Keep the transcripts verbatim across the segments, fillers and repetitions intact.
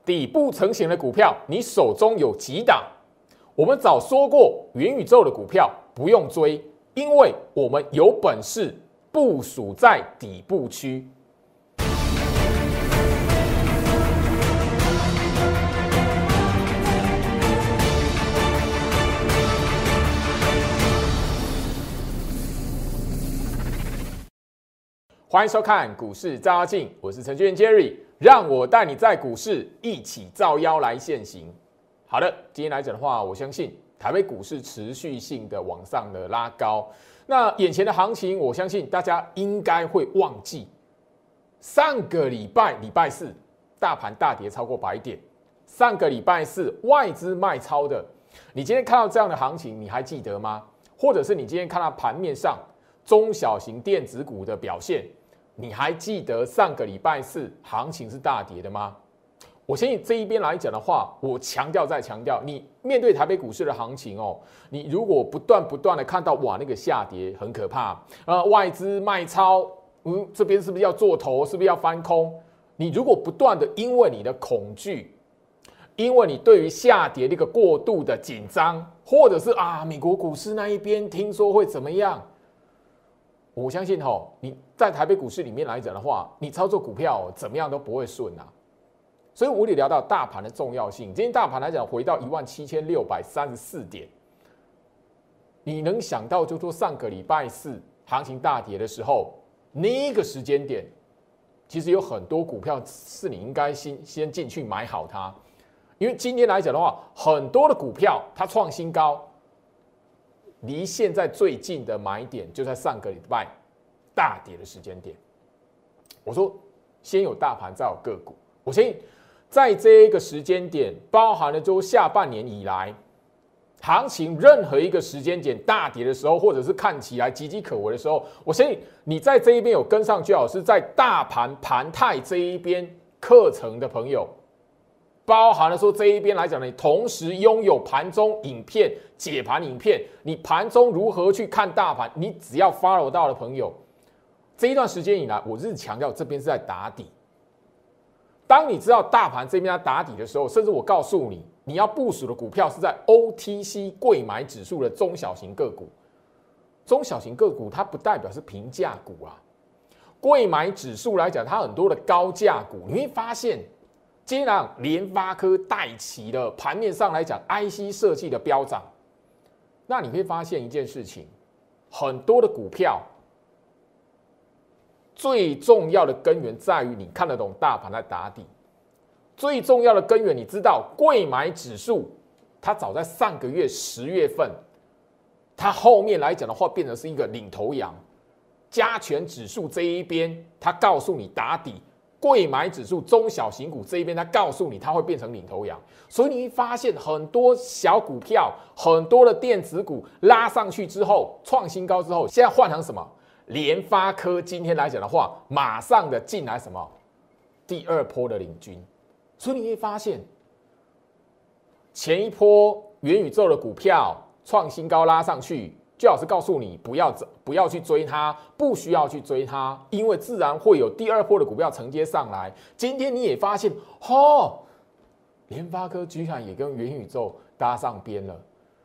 底部成型的股票，你手中有几档？我们早说过，元宇宙的股票不用追，因为我们有本事部署在底部区。欢迎收看股市照妖镜，我是程序员 Jerry， 让我带你在股市一起照妖来现行。好的，今天来讲的话，我相信台北股市持续性的往上的拉高。那眼前的行情，我相信大家应该会忘记，上个礼拜礼拜四大盘大跌超过百点，上个礼拜四外资卖超的，你今天看到这样的行情，你还记得吗？或者是你今天看到盘面上中小型电子股的表现？你还记得上个礼拜四行情是大跌的吗？我相信这一边来讲的话，我强调再强调，你面对台北股市的行情哦，你如果不断不断的看到哇那个下跌很可怕，呃外资卖超，嗯这边是不是要做头，是不是要翻空？你如果不断的因为你的恐惧，因为你对于下跌的一个过度的紧张，或者是啊美国股市那一边听说会怎么样？我相信吼，你在台北股市里面来讲的话，你操作股票怎么样都不会顺啊。所以我得聊到大盘的重要性。今天大盘来讲回到一万七千六百三十四点，你能想到就说上个礼拜四行情大跌的时候，那个时间点，其实有很多股票是你应该先先进去买好它，因为今天来讲的话，很多的股票它创新高。离现在最近的买点就在上个礼拜大跌的时间点。我说先有大盘，再有个股。我相信在这一个时间点，包含了就下半年以来，行情任何一个时间点大跌的时候，或者是看起来岌岌可危的时候，我相信你在这一边有跟上，最好是在大盘盘态这一边课程的朋友。包含了说这一边来讲呢，你同时拥有盘中影片、解盘影片，你盘中如何去看大盘，你只要 follow 到的朋友，这一段时间以来，我一直强调这边是在打底。当你知道大盘这边在打底的时候，甚至我告诉你，你要部署的股票是在 O T C 贵买指数的中小型个股。中小型个股它不代表是平价股啊，贵买指数来讲，它很多的高价股，你会发现。接让联发科带起了盘面上来讲 I C 设计的飙涨，那你会发现一件事情，很多的股票最重要的根源在于你看得懂大盘在打底，最重要的根源你知道贵买指数，它早在上个月十月份，它后面来讲的话变成是一个领头羊，加权指数这一边它告诉你打底。贵买指数中小型股这一边，它告诉你它会变成领头羊，所以你会发现很多小股票、很多的电子股拉上去之后，创新高之后，现在换成什么？联发科今天来讲的话，马上的进来什么？第二波的领军，所以你会发现，前一波元宇宙的股票创新高拉上去。最好是告诉你不要不要去追它，不需要去追它，因为自然会有第二波的股票承接上来。今天你也发现，哦，联发科居然也跟元宇宙搭上边了。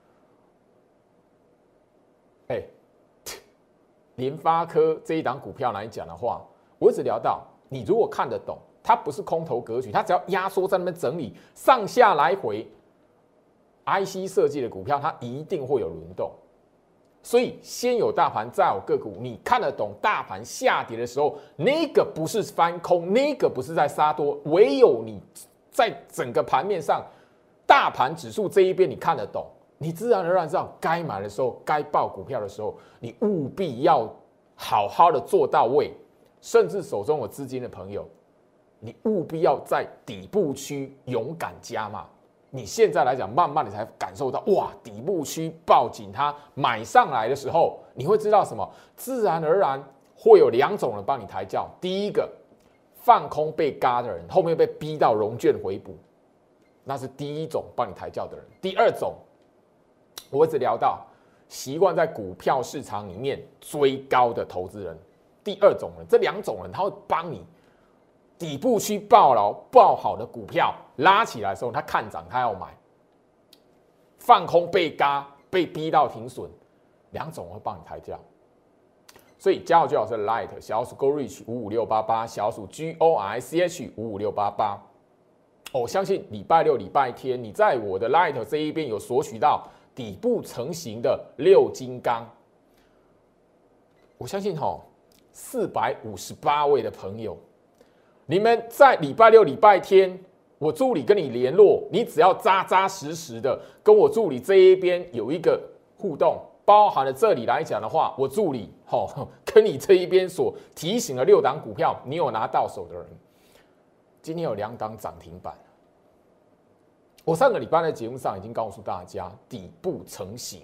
哎，联发科这一档股票来讲的话，我一直聊到，你如果看得懂，它不是空头格局，它只要压缩在那边整理，上下来回 ，I C 设计的股票它一定会有轮动。所以先有大盘，再有个股。你看得懂大盘下跌的时候，那个不是翻空，那个不是在杀多，唯有你在整个盘面上，大盘指数这一边你看得懂，你自然而然知道该买的时候，该报股票的时候，你务必要好好的做到位。甚至手中有资金的朋友，你务必要在底部区勇敢加码。你现在来讲，慢慢的才感受到哇，底部区抱紧它买上来的时候，你会知道什么？自然而然会有两种人帮你抬轿。第一个，放空被嘎的人，后面被逼到融券回补，那是第一种帮你抬轿的人。第二种，我一直聊到习惯在股票市场里面追高的投资人。第二种人，这两种人他会帮你底部区抱牢抱好的股票拉起来的时候，他看涨他要买，放空被嘎被逼到停损，两种我会帮你抬掉。所以加好最好是 Light 小鼠 Go Reach 五五六八八，小鼠 G O R I C H 五五六八八。我相信礼拜六、礼拜天，你在我的 Light 这一边有索取到底部成型的六金刚。我相信哈，四百五十八位的朋友，你们在礼拜六、礼拜天，我助理跟你联络，你只要扎扎实实的跟我助理这一边有一个互动。包含了这里来讲的话，我助理吼、哦、跟你这一边所提醒的六档股票，你有拿到手的人，今天有两档涨停板。我上个礼拜在节目上已经告诉大家，底部成型，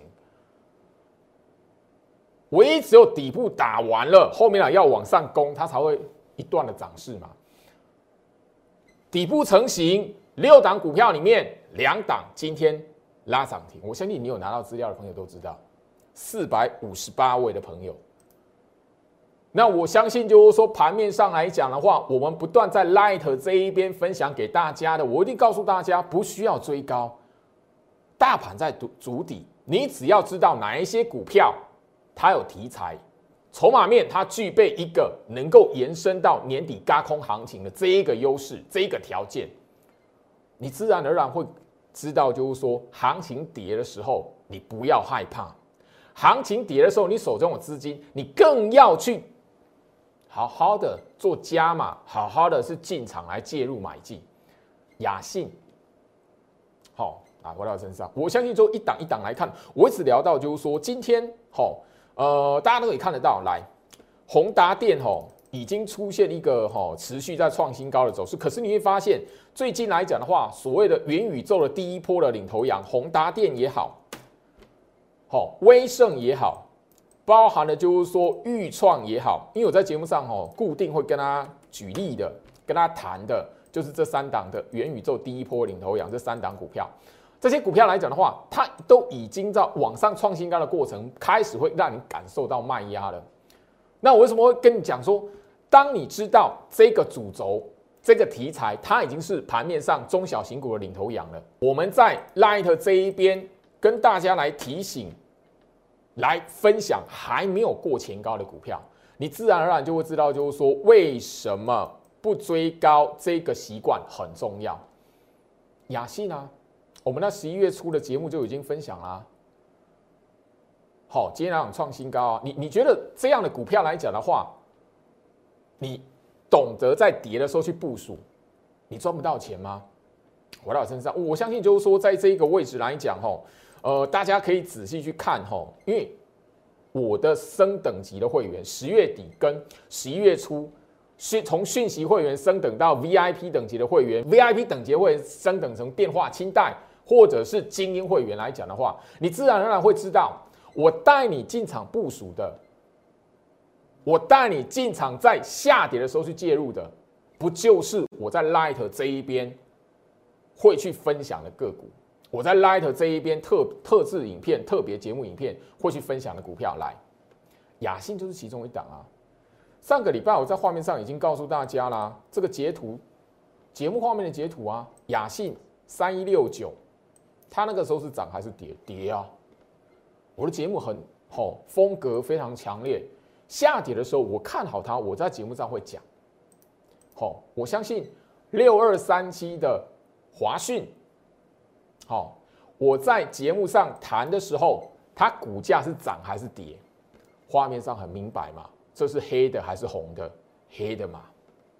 唯一只有底部打完了，后面啊要往上攻，它才会一段的涨势嘛。底部成型，六档股票里面两档今天拉涨停，我相信你有拿到资料的朋友都知道。四百五十八位的朋友，那我相信就是说盘面上来讲的话，我们不断在 Light 这一边分享给大家的，我一定告诉大家不需要追高，大盘在筑底，你只要知道哪一些股票它有题材，筹码面它具备一个能够延伸到年底轧空行情的这一个优势，这一个条件，你自然而然会知道就是说行情跌的时候，你不要害怕。行情跌的时候，你手中有资金，你更要去好好的做加码，好好的是进场来介入买进。雅信，好啊，回到身上，我相信就一档一档来看，我一直聊到就是说，今天好，呃，大家都可以看得到，来，宏达电吼已经出现一个吼持续在创新高的走势，可是你会发现，最近来讲的话，所谓的元宇宙的第一波的领头羊，宏达电也好。好，威盛也好，包含了就是说裕创也好，因为我在节目上哦固定会跟他举例的，跟他谈的就是这三档的元宇宙第一波领头羊，这三档股票，这些股票来讲的话，它都已经在往上创新高的过程，开始会让你感受到卖压了。那我为什么会跟你讲说，当你知道这个主轴、这个题材，它已经是盘面上中小型股的领头羊了，我们在 Light 这一边跟大家来提醒。来分享还没有过前高的股票，你自然而然就会知道，就是说为什么不追高这个习惯很重要。雅信啊，我们那十一月初的节目就已经分享啦。好，今天来讲创新高啊，你你觉得这样的股票来讲的话，你懂得在跌的时候去部署，你赚不到钱吗？回到我身上，我相信就是说，在这一个位置来讲，吼。呃，大家可以仔细去看吼，因为我的升等级的会员，十月底跟十一月初，从讯息会员升等到 V I P 等级的会员 ，V I P 等级会升等成电话清代或者是精英会员来讲的话，你自然而然会知道，我带你进场部署的，我带你进场在下跌的时候去介入的，不就是我在 Light 这一边会去分享的个股？我在 Light 这一边特特制影片、特别节目影片会去分享的股票，来，雅信就是其中一档啊。上个礼拜我在画面上已经告诉大家啦，这个截图，节目画面的截图啊，雅信三一六九，它那个时候是涨还是跌？跌啊！我的节目很好、哦，风格非常强烈。下跌的时候，我看好它，我在节目上会讲。好、哦，我相信六二三七的华讯。好，我在节目上谈的时候，它股价是涨还是跌？画面上很明白嘛，这是黑的还是红的？黑的嘛。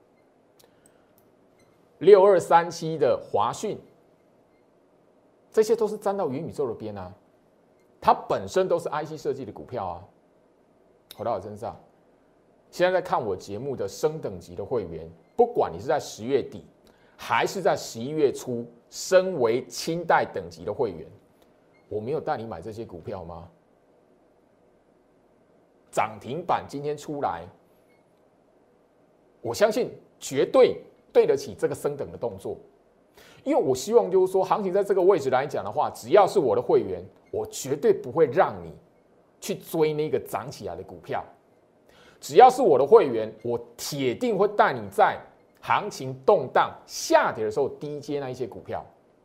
六二三七的华讯，这些都是沾到元宇宙的边啊，它本身都是 I C 设计的股票啊。回到我身上，现在在看我节目的升等级的会员，不管你是在十月底还是在十一月初。身为清代等级的会员，我没有带你买这些股票吗？涨停板今天出来，我相信绝对对得起这个升等的动作，因为我希望就是说，行情在这个位置来讲的话，只要是我的会员，我绝对不会让你去追那个涨起来的股票。只要是我的会员，我铁定会带你在行情动荡下跌的时候低接那一些股票。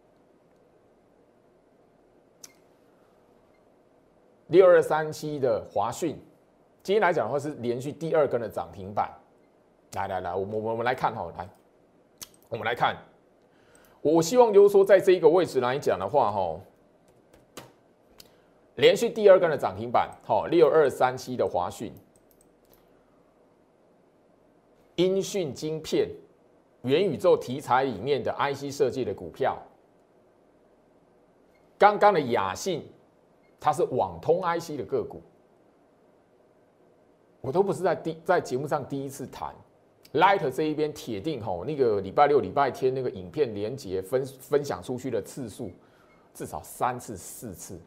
六二三七的华讯，今天来讲的话是连续第二根的涨停板。来来来，我们我们来看哈，来，我们来看。我希望就是说，在这一个位置来讲的话，哈，连续第二根的涨停板，好，六二三七的华讯，音讯晶片、元宇宙题材里面的 I C 设计的股票，刚刚的雅信，它是网通 I C 的个股，我都不是在第在节目上第一次谈。Light 这一边铁定吼，那个礼拜六、礼拜天那个影片连结分分享出去的次数至少三次、四次。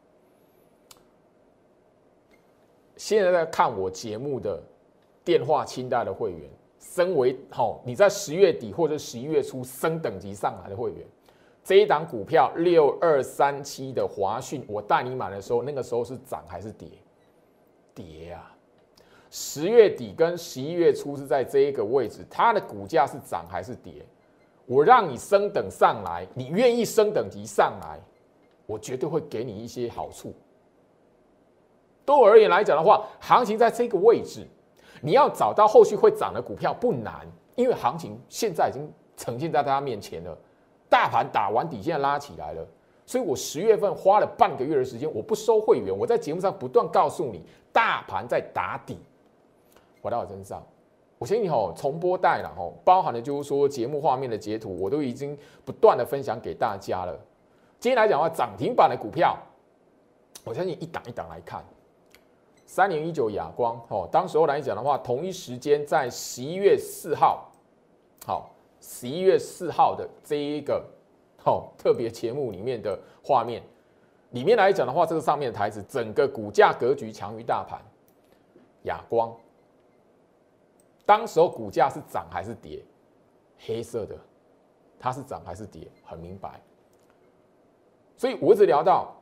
现在在看我节目的电话清单的会员，身为吼你在十月底或者十一月初升等级上来的会员，这一档股票六二三七的华讯，我带你买的时候，那个时候是涨还是跌？跌啊！十月底跟十一月初是在这一个位置，它的股价是涨还是跌？我让你升等上来，你愿意升等级上来，我绝对会给你一些好处。对我而言来讲的话，行情在这个位置，你要找到后续会涨的股票不难，因为行情现在已经呈现在大家面前了，大盘打完底线拉起来了。所以我十月份花了半个月的时间，我不收会员，我在节目上不断告诉你，大盘在打底。回到我身上，我相信吼重播带了吼，包含的就是说节目画面的截图，我都已经不断的分享给大家了。今天来讲的话，涨停板的股票，我相信一档一档来看。三零一九亚光，哦，当时候来讲的话，同一时间在十一月四号，好，十一月四号的这一个好特别节目里面的画面，里面来讲的话，这个上面的台词，整个股价格局强于大盘，亚光。当时候股价是涨还是跌？黑色的，它是涨还是跌？很明白。所以我一直聊到，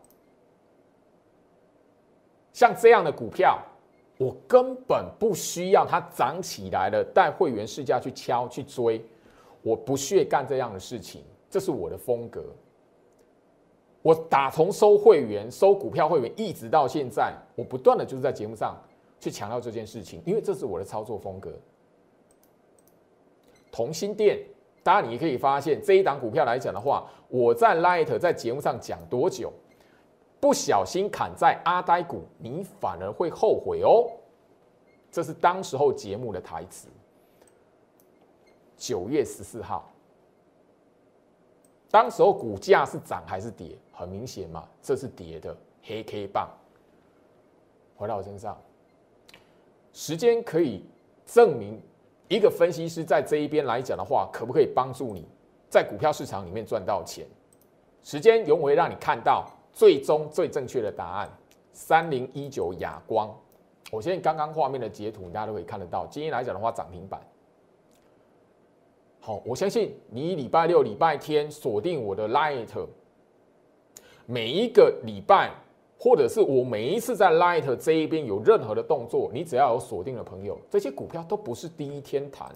像这样的股票，我根本不需要它涨起来了，带会员市价去敲去追，我不屑干这样的事情，这是我的风格。我打从收会员、收股票会员，一直到现在，我不断的就是在节目上去强调这件事情，因为这是我的操作风格。同心店，当然你也可以发现这一档股票来讲的话，我在 Light 在节目上讲多久，不小心砍在阿呆股，你反而会后悔哦。这是当时候节目的台词。九月十四号，当时候股价是涨还是跌？很明显嘛，这是跌的黑 K 棒。回到我身上，时间可以证明。一个分析师在这一边来讲的话，可不可以帮助你在股票市场里面赚到钱？时间永远会让你看到最终最正确的答案。三零一九亚光，我现在刚刚画面的截图，大家都可以看得到。今天来讲的话，涨停板。好，我相信你礼拜六、礼拜天锁定我的 Light， 每一个礼拜。或者是我每一次在 Light 这一边有任何的动作，你只要有锁定的朋友，这些股票都不是第一天谈。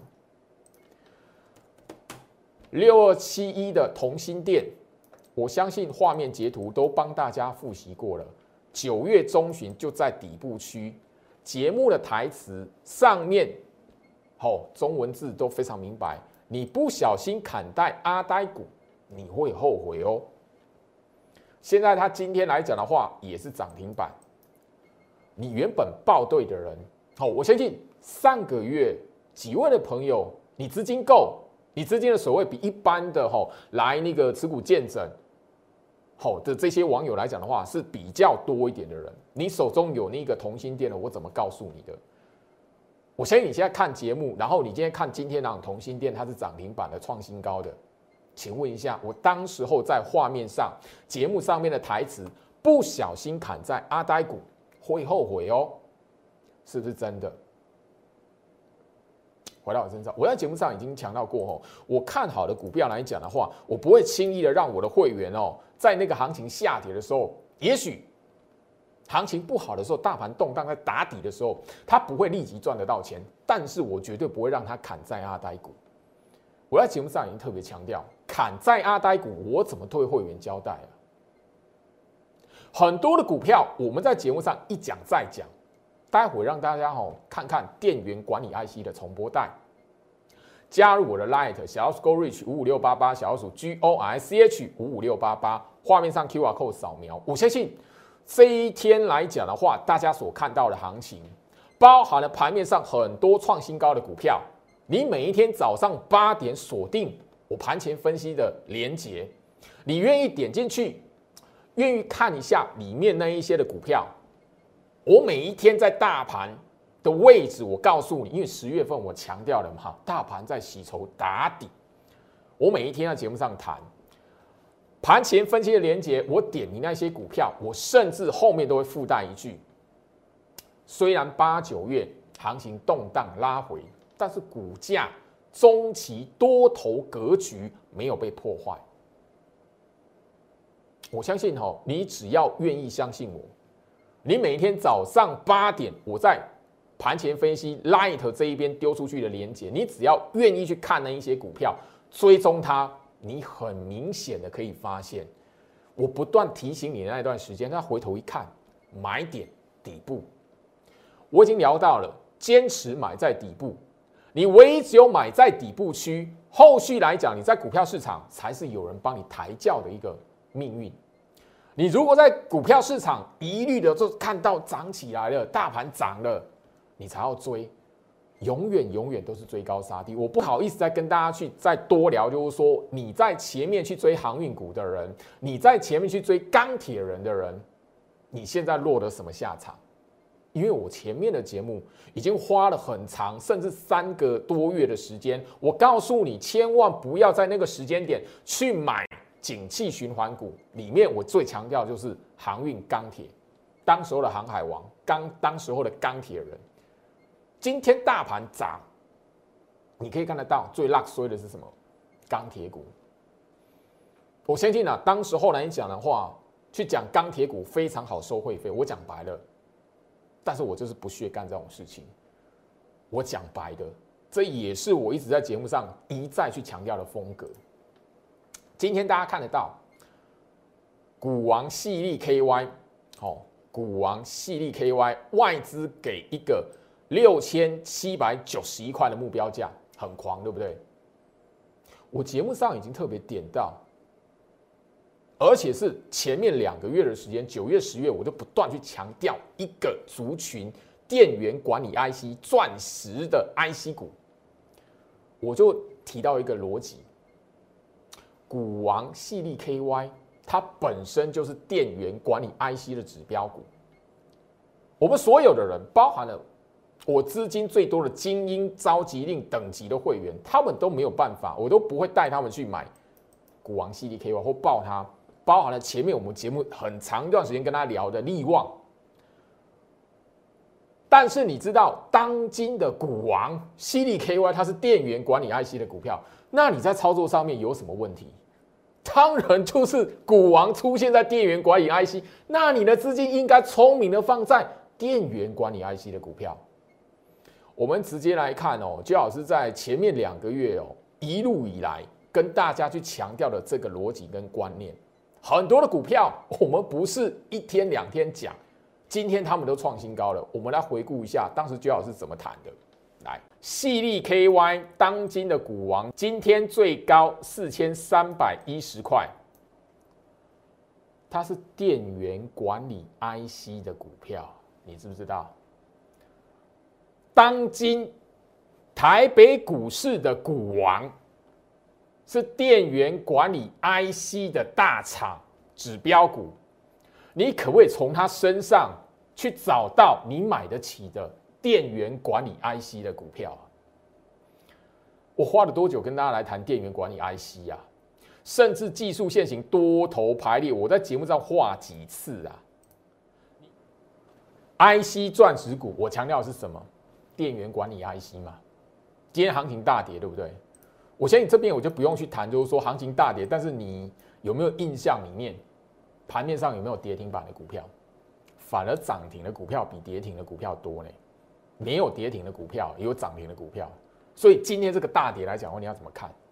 六二七一的同心店，我相信画面截图都帮大家复习过了。九月中旬就在底部区，节目的台词上面，哦，中文字都非常明白。你不小心砍在阿呆股，你会后悔哦。现在他今天来讲的话，也是涨停板。你原本报对的人，好，我相信上个月几位的朋友，你资金够，你资金的所谓比一般的吼来那个持股见证，好的这些网友来讲的话，是比较多一点的人。你手中有那个同心店的，我怎么告诉你的？我相信你现在看节目，然后你今天看今天那同心店，它是涨停板的，创新高的。请问一下，我当时候在画面上、节目上面的台词，不小心砍在阿呆股，会后悔哦，是不是真的？回到我身上，我在节目上已经强调过哦，我看好的股票来讲的话，我不会轻易的让我的会员哦，在那个行情下跌的时候，也许行情不好的时候，大盘动荡在打底的时候，他不会立即赚得到钱，但是我绝对不会让他砍在阿呆股。 我在节目上已经特别强调，砍在阿呆股，我怎么对会员交代啊？很多的股票，我们在节目上一讲再讲，待会让大家吼看看电源管理 I C 的重播带。加入我的 Light 小老鼠 Go Reach 五五六八八，小老鼠 G O R C H 五五六八八，画面上 Q R code 扫描。我相信这一天来讲的话，大家所看到的行情，包含了盘面上很多创新高的股票。你每一天早上八点锁定我盘前分析的连结，你愿意点进去，愿意看一下里面那一些的股票。我每一天在大盘的位置，我告诉你，因为十月份我强调了嘛，大盘在洗筹打底。我每一天在节目上谈盘前分析的连结，我点你那些股票，我甚至后面都会附带一句：虽然八九月行情动荡拉回，但是股价中期多头格局没有被破坏。我相信哦，你只要愿意相信我，你每天早上八点，我在盘前分析 Light 这一边丢出去的连结，你只要愿意去看那一些股票，追踪它，你很明显的可以发现，我不断提醒你的那一段时间，他回头一看，买点底部，我已经聊到了，坚持买在底部。你唯一只有买在底部区，后续来讲，你在股票市场才是有人帮你抬轿的一个命运。你如果在股票市场一律的就看到涨起来了，大盘涨了，你才要追，永远永远都是追高杀低。我不好意思再跟大家去再多聊，就是说你在前面去追航运股的人，你在前面去追钢铁人的人，你现在落得什么下场？因为我前面的节目已经花了很长，甚至三个多月的时间，我告诉你，千万不要在那个时间点去买景气循环股。里面我最强调就是航运、钢铁，当时候的航海王，刚当时候的钢铁人。今天大盘涨，你可以看得到最落衰的是什么？钢铁股。我相信啊，当时候来讲的话，去讲钢铁股非常好收会费。我讲白了。但是我就是不屑干这种事情。我讲白的，这也是我一直在节目上一再去强调的风格。今天大家看得到，股王矽力 K Y， 哦，股王矽力 K Y， 外资给一个六千七百九十一块的目标价，很狂，对不对？我节目上已经特别点到。而且是前面两个月的时间，九月、十月，我就不断去强调一个族群电源管理 I C 钻石的 I C 股，我就提到一个逻辑：股王矽力 K Y， 它本身就是电源管理 I C 的指标股。我们所有的人，包含了我资金最多的精英、召集令等级的会员，他们都没有办法，我都不会带他们去买股王矽力 K Y 或抱它。包含了前面我们节目很长一段时间跟他聊的力旺，但是你知道当今的股王矽力 K Y 它是电源管理 I C 的股票，那你在操作上面有什么问题？当然就是股王出现在电源管理 I C， 那你的资金应该聪明的放在电源管理 I C 的股票。我们直接来看哦，就好是在前面两个月哦，一路以来跟大家去强调的这个逻辑跟观念。很多的股票，我们不是一天两天讲，今天他们都创新高了。我们来回顾一下，当时最好是怎么谈的。来，矽力 K Y 当今的股王，今天最高四千三百一十块，它是电源管理 I C 的股票，你知不知道？当今台北股市的股王。是电源管理 I C 的大厂指标股，你可不可以从它身上去找到你买得起的电源管理 I C 的股票啊？我花了多久跟大家来谈电源管理 I C 啊？甚至技术线型多头排列，我在节目上画几次啊 ？I C 钻石股，我强调的是什么？电源管理 I C 嘛。今天行情大跌，对不对？我相信这边我就不用去谈，就是说行情大跌，但是你有没有印象里面盘面上有没有跌停板的股票？反而涨停的股票比跌停的股票多呢。没有跌停的股票，也有涨停的股票。所以今天这个大跌来讲，你要怎么看？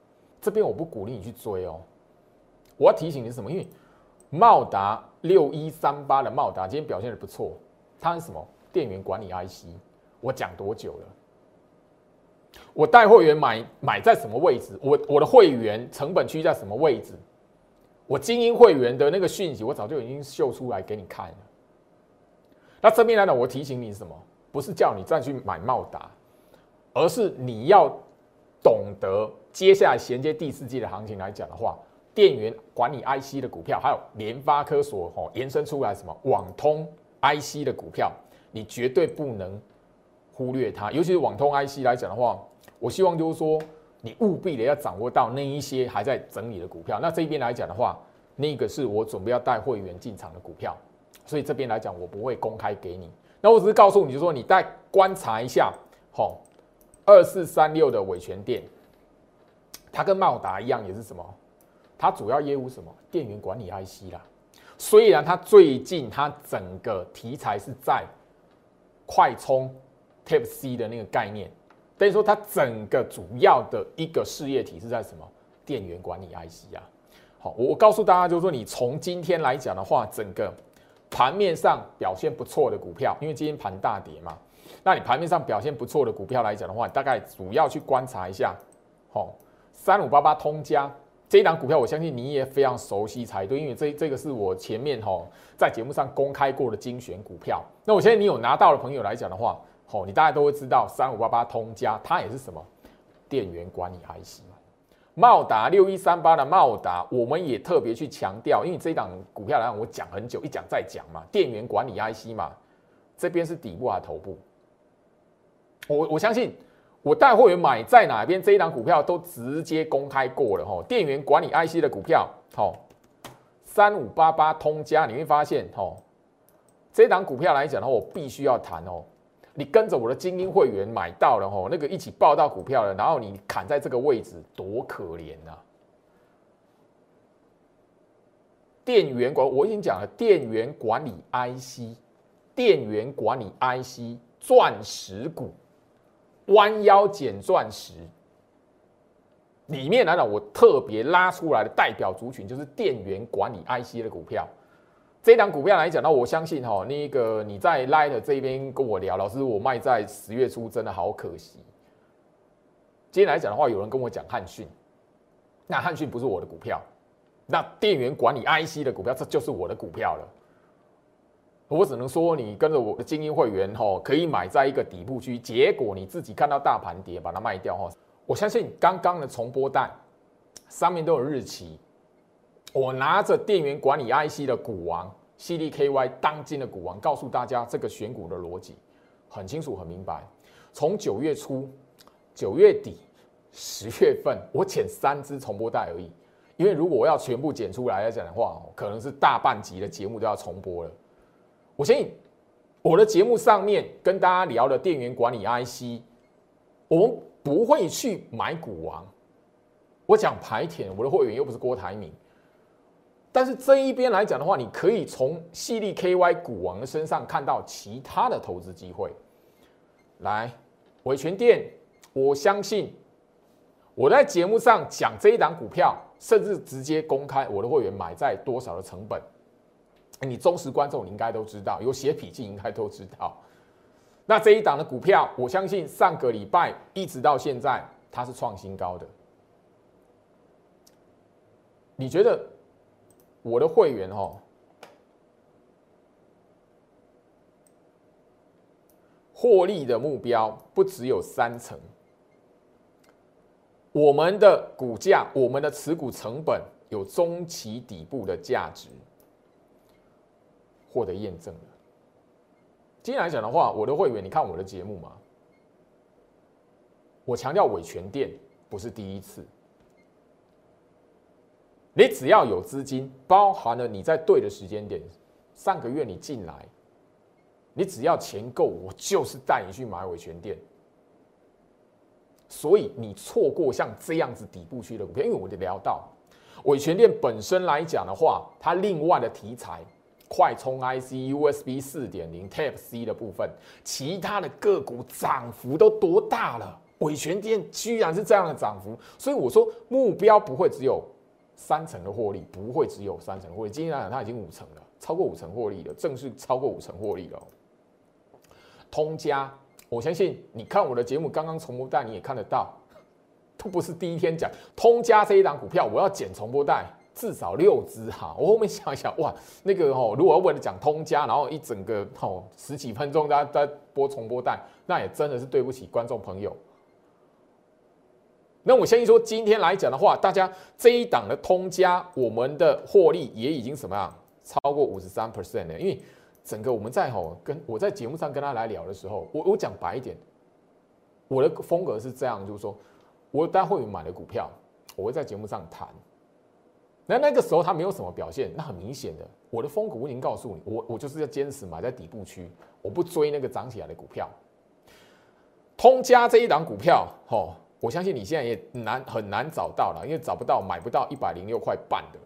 这边我不鼓励你去追哦。我要提醒你是什么？因为茂达六一三八的茂达今天表现的不错，它是什么？电源管理 I C。我讲多久了？我带会员买买在什么位置？我我的会员成本区在什么位置？我精英会员的那个讯息，我早就已经秀出来给你看了。那这边来呢，我提醒你什么？不是叫你再去买茂达，而是你要懂得接下来衔接第四季的行情来讲的话，电源管理 I C 的股票，还有联发科所哦延伸出来什么网通 I C 的股票，你绝对不能忽略它。尤其是网通 I C 来讲的话，我希望就是说，你务必的要掌握到那一些还在整理的股票。那这边来讲的话，那个是我准备要带会员进场的股票，所以这边来讲我不会公开给你。那我只是告诉你，就是说你再观察一下，吼，二四三六的伟全电，它跟茂达一样，也是什么？它主要业务什么？电源管理 I C 啦。虽然它最近它整个题材是在快充 Type C 的那个概念，等于说它整个主要的一个事业体是在什么？电源管理 I C 啊。好，我告诉大家，就是说你从今天来讲的话，整个盘面上表现不错的股票，因为今天盘大跌嘛，那你盘面上表现不错的股票来讲的话，大概主要去观察一下，好，三五八八通家这一档股票，我相信你也非常熟悉才对，因为这这个是我前面哈在节目上公开过的精选股票。那我相信你有拿到的朋友来讲的话，好，你大概都会知道三五八八通家它也是什么电源管理 I C。茂达六一三八的茂达，我们也特别去强调，因为这一档股票来讲，我讲很久，一讲再讲嘛，电源管理 I C 嘛，这边是底部还是头部？我我相信我带会员买在哪边，这一档股票都直接公开过了哈。电源管理 I C 的股票，好，三五八八通家，你会发现，哈，这一档股票来讲的话，我必须要谈哦。你跟着我的精英会员买到了吼，那个一起报到股票了，然后你砍在这个位置，多可怜啊！电源管，我已经讲了，电源管理 I C， 电源管理 I C， 钻石股，弯腰捡钻石，里面来讲，我特别拉出来的代表族群就是电源管理 I C 的股票。这一档股票来讲，那我相信哈，那个你在 Light 这边跟我聊，老师我卖在十月初，真的好可惜。今天来讲的话，有人跟我讲汉讯，那汉讯不是我的股票，那电源管理 I C 的股票，这就是我的股票了。我只能说，你跟着我的精英会员哈，可以买在一个底部区，结果你自己看到大盘跌，把它卖掉哈。我相信刚刚的重播带上面都有日期。我拿着电源管理 I C 的股王 C D K Y 当今的股王，告诉大家这个选股的逻辑很清楚很明白。从九月初、九月底、十月份，我剪三支重播带而已。因为如果我要全部剪出来来讲的话，可能是大半集的节目都要重播了。我相信我的节目上面跟大家聊的电源管理 I C， 我们不会去买股王。我讲排填，我的会员又不是郭台铭。但是这一边来讲的话，你可以从矽力 K Y 股王的身上看到其他的投资机会。来，伟全电，我相信我在节目上讲这一档股票，甚至直接公开我的会员买在多少的成本，你忠实观众你应该都知道，有写笔记应该都知道。那这一档的股票，我相信上个礼拜一直到现在，它是创新高的。你觉得？我的会员哦，获利的目标不只有三成，我们的股价、我们的持股成本有中期底部的价值，获得验证了。今天来讲的话，我的会员，你看我的节目嘛，我强调伟全电不是第一次。你只要有资金，包含了你在对的时间点，上个月你进来，你只要钱够，我就是带你去买伟全电。所以你错过像这样子底部区的股票，因为我聊到伟全电本身来讲的话，它另外的题材，快充 I C、U S B 四点零、Type C 的部分，其他的个股涨幅都多大了？ 伟全电居然是这样的涨幅，所以我说目标不会只有三成的获利，不会只有三成获利。今天来讲，它已经五成了，超过五成获利了，正式超过五成获利了。通家，我相信你看我的节目，刚刚重播带你也看得到，都不是第一天讲通家这一档股票，我要剪重播带。至少六只哈，我后面想一想，哇，那个哦，如果要为了讲通家，然后一整个哦十几分钟大家在播重播带，那也真的是对不起观众朋友。那我相信说，今天来讲的话，大家这一档的通家，我们的获利也已经什么样，超过五十三 percent 了。因为整个我们在吼跟我在节目上跟他来聊的时候，我我讲白一点，我的风格是这样，就是说我带会员买的股票，我会在节目上谈。那那个时候他没有什么表现，那很明显的，我的风格我已经告诉你，我我就是要坚持买在底部区，我不追那个涨起来的股票。通家这一档股票，哦，我相信你现在也难很难找到了，因为找不到买不到一百零六块半的，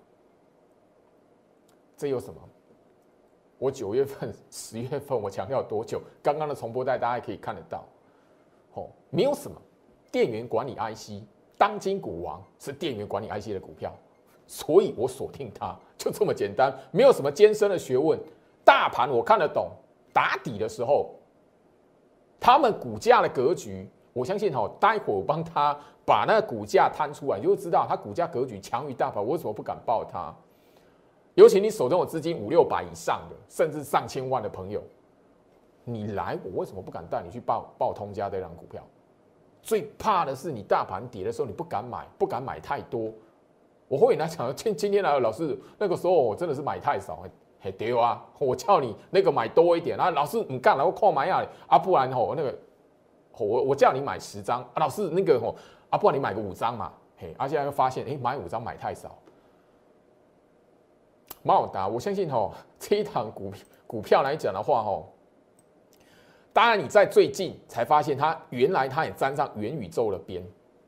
这有什么？我九月份、十月份我强调多久？刚刚的重播带大家可以看得到，哦，没有什么。电源管理 I C， 当今股王是电源管理 I C 的股票。所以我锁定它，就这么简单，没有什么艰深的学问。大盘我看得懂，打底的时候，他们股价的格局，我相信哈，待会我帮他把那个股价摊出来，你就会知道它股价格局强于大盘，我为什么不敢报它？尤其你手中有资金五六百以上的，甚至上千万的朋友，你来，我为什么不敢带你去报报通家这档股票？最怕的是你大盘跌的时候，你不敢买，不敢买太多。我会来讲，今今天来老师那个时候我真的是买太少，嘿对啊，我叫你那个买多一点啊，老师你干了我看买啊，啊不然吼那个我我叫你买十张啊，老师那个吼啊不然你买个五张嘛，嘿，而且又发现哎、欸、买五张买太少，茂达我相信吼这一档股股票来讲的话吼，当然你在最近才发现它原来它也沾上元宇宙的边。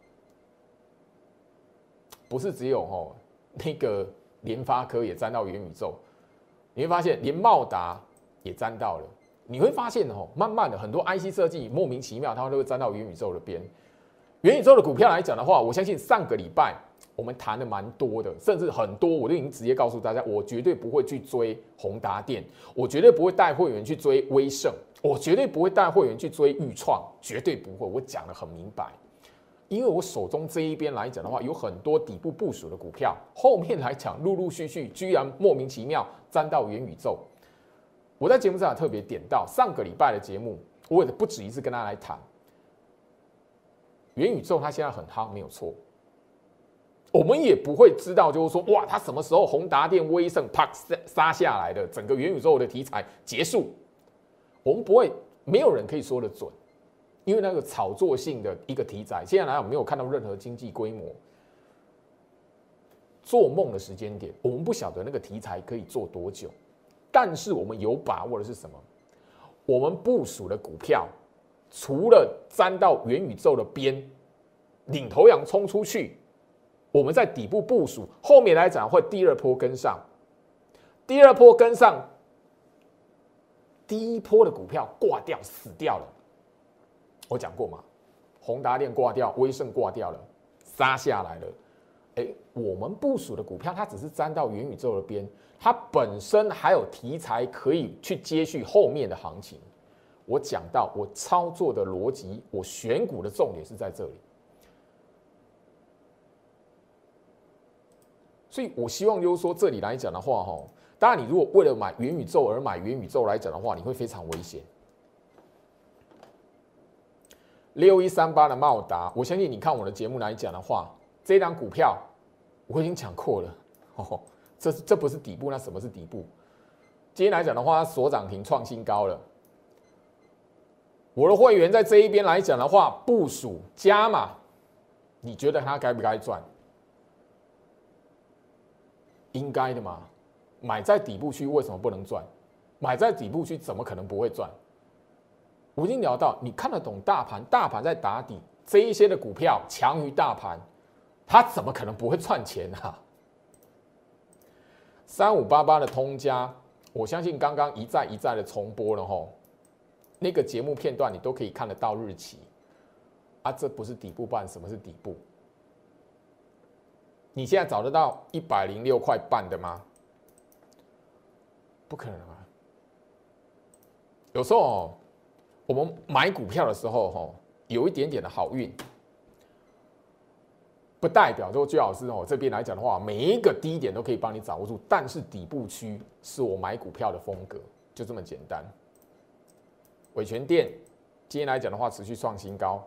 不是只有哦，那个联发科也沾到元宇宙，你会发现连茂达也沾到了。你会发现哦，慢慢的很多 I C 设计莫名其妙，它都会沾到元宇宙的边。元宇宙的股票来讲的话，我相信上个礼拜我们谈的蛮多的，甚至很多我都已经直接告诉大家，我绝对不会去追宏达电，我绝对不会带会员去追威盛，我绝对不会带会员去追裕创，绝对不会，我讲得很明白。因为我手中这一边来讲的话，有很多底部部署的股票，后面来讲陆陆续续居然莫名其妙沾到元宇宙。我在节目上特别点到上个礼拜的节目，我也不止一次跟大家来谈元宇宙，它现在很夯，没有错。我们也不会知道，就是说哇，它什么时候宏达电、威盛啪杀下来的，整个元宇宙的题材结束，我们不会，没有人可以说得准。因为那个炒作性的一个题材，现在来讲没有看到任何经济规模，做梦的时间点，我们不晓得那个题材可以做多久，但是我们有把握的是什么？我们部署的股票，除了沾到元宇宙的边，领头羊冲出去，我们在底部部署，后面来讲会第二波跟上，第二波跟上，第一波的股票挂掉死掉了。我讲过嘛，宏达电挂掉，威盛挂掉了，杀下来了。哎，我们部署的股票，它只是沾到元宇宙的边，它本身还有题材可以去接续后面的行情。我讲到我操作的逻辑，我选股的重点是在这里。所以我希望就是说，这里来讲的话，哈，当然你如果为了买元宇宙而买元宇宙来讲的话，你会非常危险。六一三八的茂达，我相信你看我的节目来讲的话，这档股票我已经讲过了，哦，这这不是底部，那什么是底部？今天来讲的话，它锁涨停创新高了。我的会员在这一边来讲的话，部署加码，你觉得它该不该赚？应该的嘛。买在底部区为什么不能赚？买在底部区怎么可能不会赚？我已经聊到，你看得懂大盘，大盘在打底，这一些的股票强于大盘，它怎么可能不会赚钱啊？三五八八的通家，我相信刚刚一再一再的重播了吼，那个节目片段你都可以看得到日期啊。 啊，这不是底部半，什么是底部？你现在找得到一百零六块半的吗？不可能啊！有时候、哦、我们买股票的时候、哦，有一点点的好运，不代表说最好是哦这边来讲的话，每一个低点都可以帮你掌握住。但是底部区是我买股票的风格，就这么简单。伟全电今天来讲的话，持续创新高。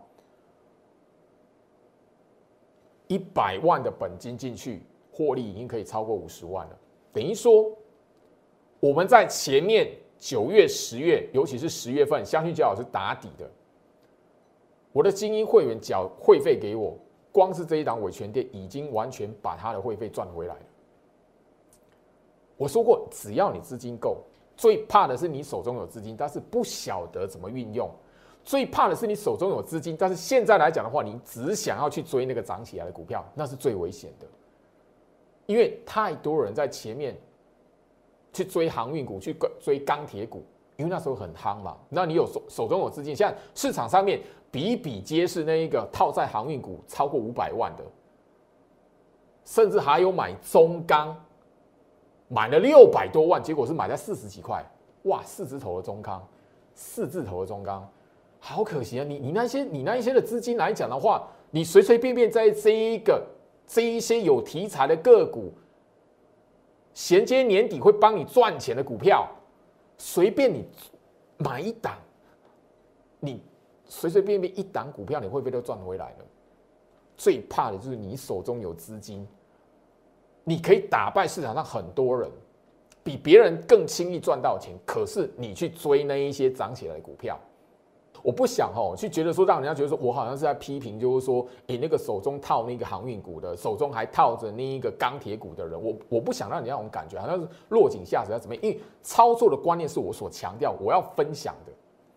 一百万的本金进去，获利已经可以超过五十万了。等于说，我们在前面九月、十月，尤其是十月份，相信焦老师打底的，我的精英会员缴会费给我，光是这一档伟全电已经完全把他的会费赚回来了。我说过，只要你资金够，最怕的是你手中有资金，但是不晓得怎么运用。最怕的是你手中有资金，但是现在来讲的话，你只想要去追那个涨起来的股票，那是最危险的，因为太多人在前面去追航运股，去追钢铁股，因为那时候很夯嘛。那你有手手中有资金，现在市场上面比比皆是那一个套在航运股超过五百万的，甚至还有买中钢，买了六百多万，结果是买在四十几块，哇，四字头的中钢，四字头的中钢。好可惜啊！你你那些你那一些的资金来讲的话，你随随便便在这一个这一些有题材的个股，衔接年底会帮你赚钱的股票，随便你买一档，你随随便便一档股票，你会不会都赚回来了？最怕的就是你手中有资金，你可以打败市场上很多人，比别人更轻易赚到钱，可是你去追那一些涨起来的股票。我不想哦，去觉得说让人家觉得说我好像是在批评，就是说，哎，那个手中套那个航运股的，手中还套着那一个钢铁股的人，我我不想让人家那种感觉，好像是落井下石要怎么样？因为操作的观念是我所强调，我要分享的。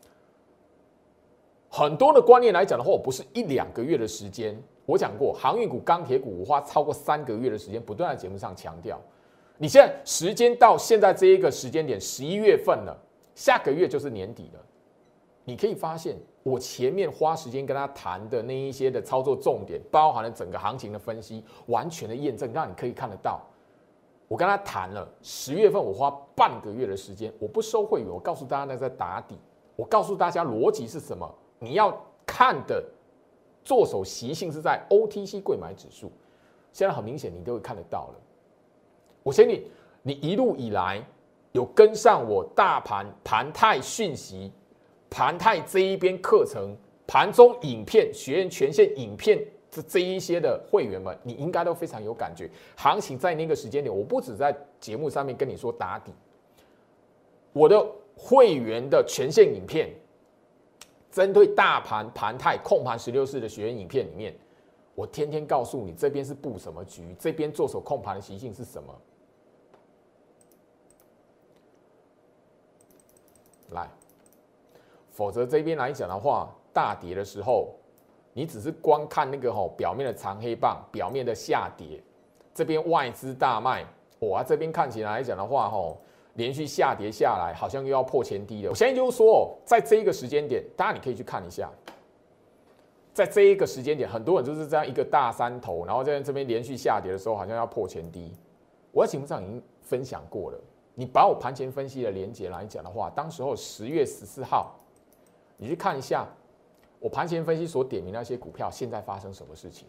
很多的观念来讲的话，我不是一两个月的时间，我讲过航运股、钢铁股，我花超过三个月的时间，不断在节目上强调。你现在时间到现在这一个时间点，十一月份了，下个月就是年底了。你可以发现，我前面花时间跟他谈的那一些的操作重点，包含了整个行情的分析，完全的验证，让你可以看得到。我跟他谈了，十月份我花半个月的时间，我不收会员，我告诉大家那在打底，我告诉大家逻辑是什么，你要看的做手习性是在 O T C 柜买指数，现在很明显你都会看得到了。我相信你一路以来有跟上我大盘盘态讯息。盘态这一边课程、盘中影片、学员权限影片这这一些的会员们，你应该都非常有感觉。行情在那个时间点，我不只在节目上面跟你说打底，我的会员的权限影片，针对大盘盘态控盘十六式的学员影片里面，我天天告诉你这边是布什么局，这边做手控盘的习性是什么。来。否则这边来讲的话，大跌的时候，你只是光看那个吼表面的长黑棒，表面的下跌，这边外资大卖，哇，这边看起来来讲的话，吼连续下跌下来，好像又要破前低了。我现在就是说，在这一个时间点，大家你可以去看一下，在这一个时间点，很多人就是这样一个大山头，然后在这边连续下跌的时候，好像要破前低。我在节目上已经分享过了，你把我盘前分析的连结来讲的话，当时候十月十四号。你去看一下，我盘前分析所点名那些股票，现在发生什么事情？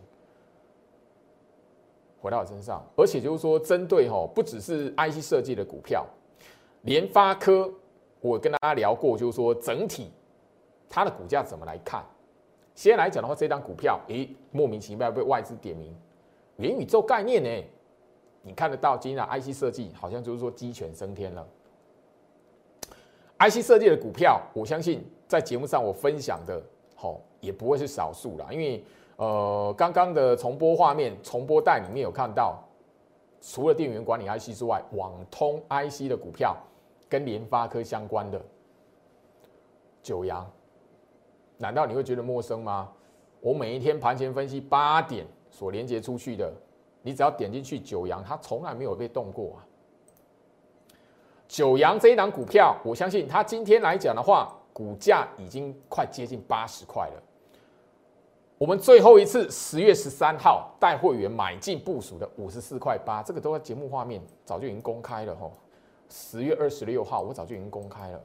回到我身上，而且就是说，针对哈，不只是 I C 设计的股票，联发科，我跟大家聊过，就是说整体它的股价怎么来看？现在来讲的话，这档股票，诶，莫名其妙被外资点名，元宇宙概念呢？你看得到，今天的 I C 设计好像就是说鸡犬升天了。I C 设计的股票，我相信。在节目上我分享的，吼也不会是少数啦，因为呃刚刚的重播画面、重播带里面有看到，除了电源管理 I C 之外，网通 I C 的股票跟联发科相关的，九阳，难道你会觉得陌生吗？我每一天盘前分析八点所连接出去的，你只要点进去九阳，它从来没有被动过啊。九阳这一档股票，我相信它今天来讲的话。股价已经快接近八十块了， 我们最后一次十月十三号带会员买进部署的五十四块八，这个都在节目画面早就已经公开了哈。十月二十六号我早就已经公开了。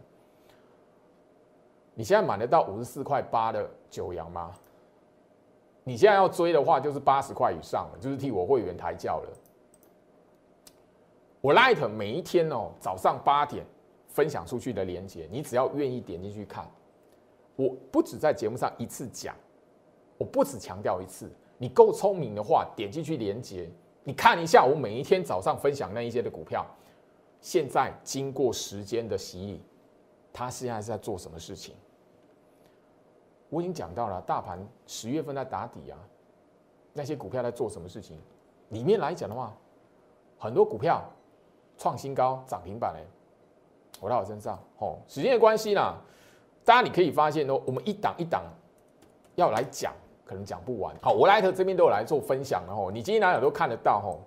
你现在买得到五十四块八的九阳吗？你现在要追的话，就是八十块以上了，就是替我会员抬轿了。我 Light 每一天哦早上八点分享出去的连结，你只要愿意点进去看，我不只在节目上一次讲。我不只强调一次，你够聪明的话，点进去连结，你看一下我每一天早上分享那一些的股票，现在经过时间的洗礼，它现在是在做什么事情？我已经讲到了，大盘十月份在打底啊，那些股票在做什么事情？里面来讲的话，很多股票创新高、涨停板哎，回到我身上哦。时间的关系啦，大家你可以发现哦，我们一档一档要来讲。可能讲不完。好，我莱特这边都有来做分享了吼，你今天哪有都看得到吼。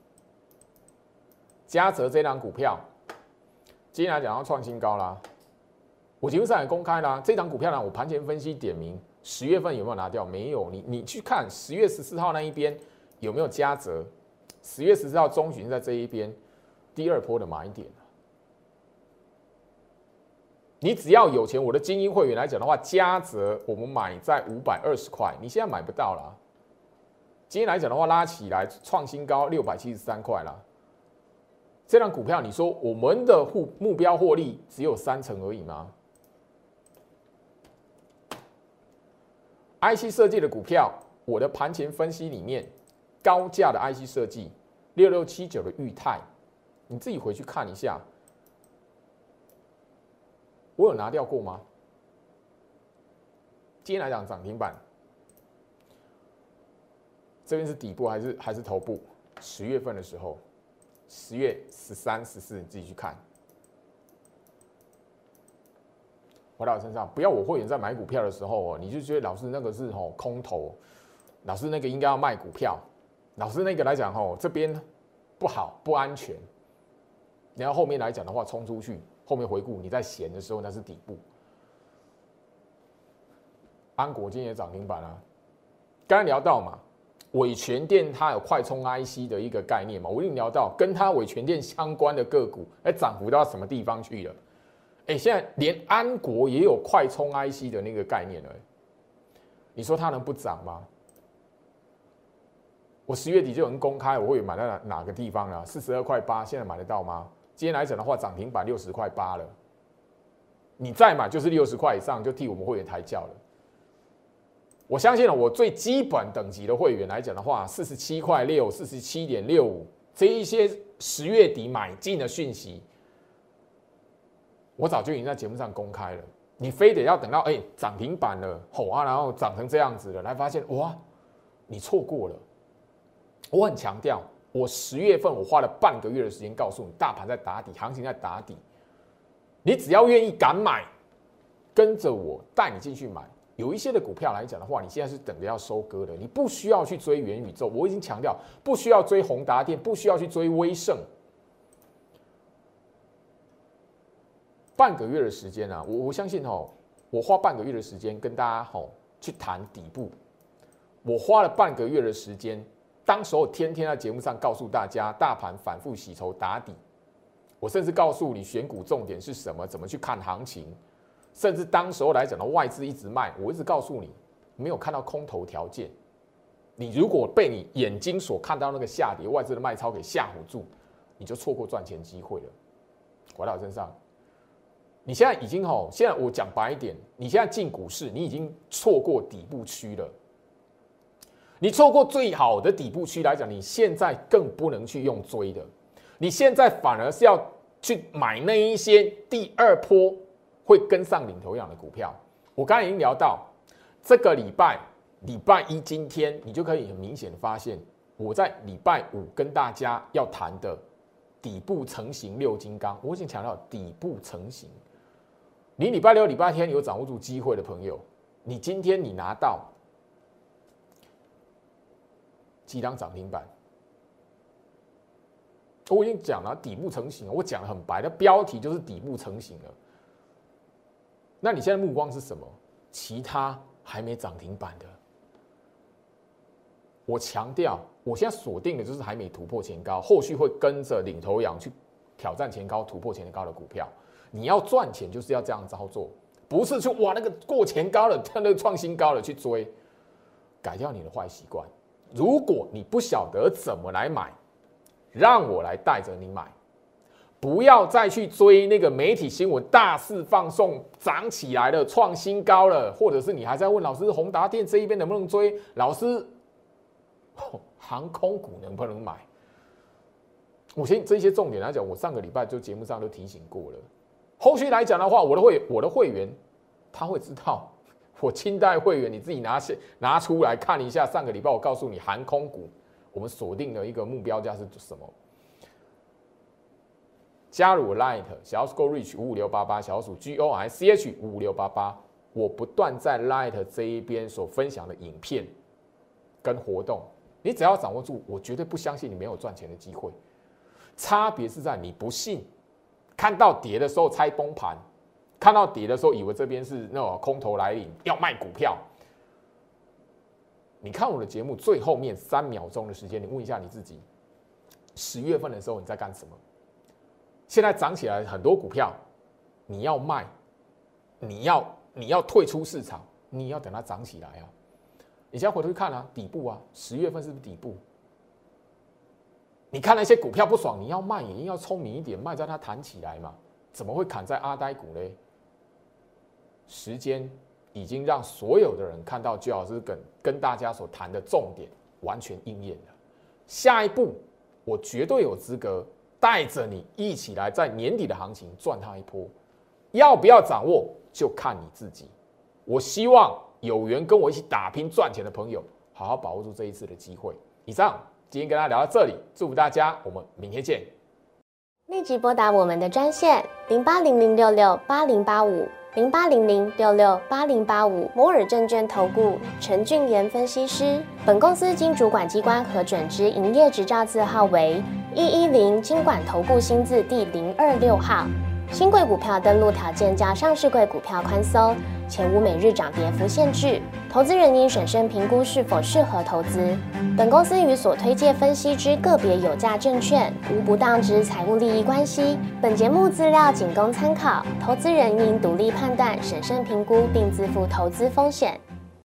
嘉泽这档股票，今天来讲要创新高啦。我节目上也公开啦，这档股票呢，我盘前分析点名，十月份有没有拿掉？没有。你你去看十月十四号那一边有没有嘉泽？十月十四号中旬在这一边，第二波的买点。你只要有钱，我的精英会员来讲的话，嘉泽我们买在五百二十块，你现在买不到啦。今天来讲的话，拉起来创新高六百七十三块啦。这档股票，你说我们的目标获利只有三成而已吗 ？I C 设计的股票，我的盘前分析里面，高价的 I C 设计六六七九的裕泰，你自己回去看一下。我有拿掉过吗？今天来讲涨停板，这边是底部还是还是头部？十月份的时候，十月十三、十四，你自己去看。回到我身上，不要我会员在买股票的时候哦，你就觉得老师那个是吼空头，老师那个应该要卖股票，老师那个来讲吼这边不好不安全，然后后面来讲的话冲出去。后面回顾，你在闲的时候那是底部。安国今天也涨停板啊，刚才聊到嘛，伟全电它有快充 I C 的一个概念嘛，我已经聊到跟它伟全电相关的个股，哎，涨幅到什么地方去了？哎，现在连安国也有快充 I C 的那个概念了，你说它能不涨吗？我十月底就有人公开，我会买在哪个地方啊？四十二块八，现在买得到吗？今天来讲的话，涨停板六十块八了，你再买就是六十块以上，就替我们会员抬轿了。我相信了，我最基本等级的会员来讲的话，四十七块六、四十七点六五这一些十月底买进的讯息，我早就已经在节目上公开了。你非得要等到哎涨停板了，吼啊，然后涨成这样子了，来发现哇，你错过了。我很强调。我十月份我花了半个月的时间告诉你，大盘在打底，行情在打底。你只要愿意敢买，跟着我带你进去买。有一些的股票来讲的话，你现在是等着要收割的，你不需要去追元宇宙。我已经强调，不需要追宏达电，不需要去追威盛。半个月的时间啊，我我相信哦，我花半个月的时间跟大家哦去谈底部，我花了半个月的时间。当时候天天在节目上告诉大家，大盘反复洗筹打底，我甚至告诉你选股重点是什么，怎么去看行情，甚至当时候来讲的外资一直卖，我一直告诉你，没有看到空头条件。你如果被你眼睛所看到那个下跌外资的卖超给吓唬住，你就错过赚钱机会了。回到我身上，你现在已经吼，现在我讲白一点，你现在进股市，你已经错过底部区了。你错过最好的底部区来讲，你现在更不能去用追的，你现在反而是要去买那一些第二波会跟上领头羊的股票。我刚才已经聊到，这个礼拜礼拜一今天，你就可以很明显的发现，我在礼拜五跟大家要谈的底部成型六金刚，我已经强调底部成型。你礼拜六、礼拜天有掌握住机会的朋友，你今天你拿到。几档涨停板，我已经讲了底部成型，我讲得很白的标题就是底部成型了。那你现在目光是什么？其他还没涨停板的， 我强调，我现在锁定的就是还没突破前高，后续会跟着领头羊去挑战前高、突破前高的股票。你要赚钱，就是要这样操作，不是去哇那个过前高了、那个创新高了去追，改掉你的坏习惯。如果你不晓得怎么来买，让我来带着你买，不要再去追那个媒体新闻大肆放送涨起来了、创新高了，或者是你还在问老师宏达电这一边能不能追，老师。航空股能不能买？我先这些重点来讲，我上个礼拜就节目上都提醒过了。后续来讲的话，我的会我的会员他会知道，我清代会员你自己拿拿出来看一下。上个礼拜我告诉你，航空股我们锁定的一个目标价是什么？加入 Light 小鼠 Go Reach 五五六八八，小鼠 G O I C H 五五六八八，我不断在 Light 这一边所分享的影片跟活动。你只要掌握住，我绝对不相信你没有赚钱的机会。差别是在你不信，看到跌的时候猜崩盘，看到跌的时候以为这边是那种空头来临，要卖股票。你看我的节目最后面三秒钟的时间，你问一下你自己，十月份的时候你在干什么？现在涨起来很多股票，你要卖，你要你要退出市场，你要等它涨起来啊。你现在回头去看啊，底部啊，十月份是不是底部？你看那些股票不爽，你要卖，也要聪明一点，卖在它弹起来嘛。怎么会砍在阿呆股嘞？时间已经让所有的人看到居老师跟跟大家所谈的重点完全应验了。下一步，我绝对有资格带着你一起来在年底的行情赚它一波。要不要掌握，就看你自己。我希望有缘跟我一起打拼赚钱的朋友，好好把握住这一次的机会。以上，今天跟大家聊到这里，祝福大家，我们明天见。 立即拨打我们的专线零八零零六六八零八五零八零零六六八零八五摩尔证券投顾陈俊言分析师。本公司经主管机关核准之营业执照字号为一一零金管投顾新字第零二六号。新贵股票登录条件较上市贵股票宽松，且无每日涨跌幅限制。投资人应审慎评估是否适合投资。本公司与所推介分析之个别有价证券无不当之财务利益关系。本节目资料仅供参考，投资人应独立判断、审慎评估并自负投资风险。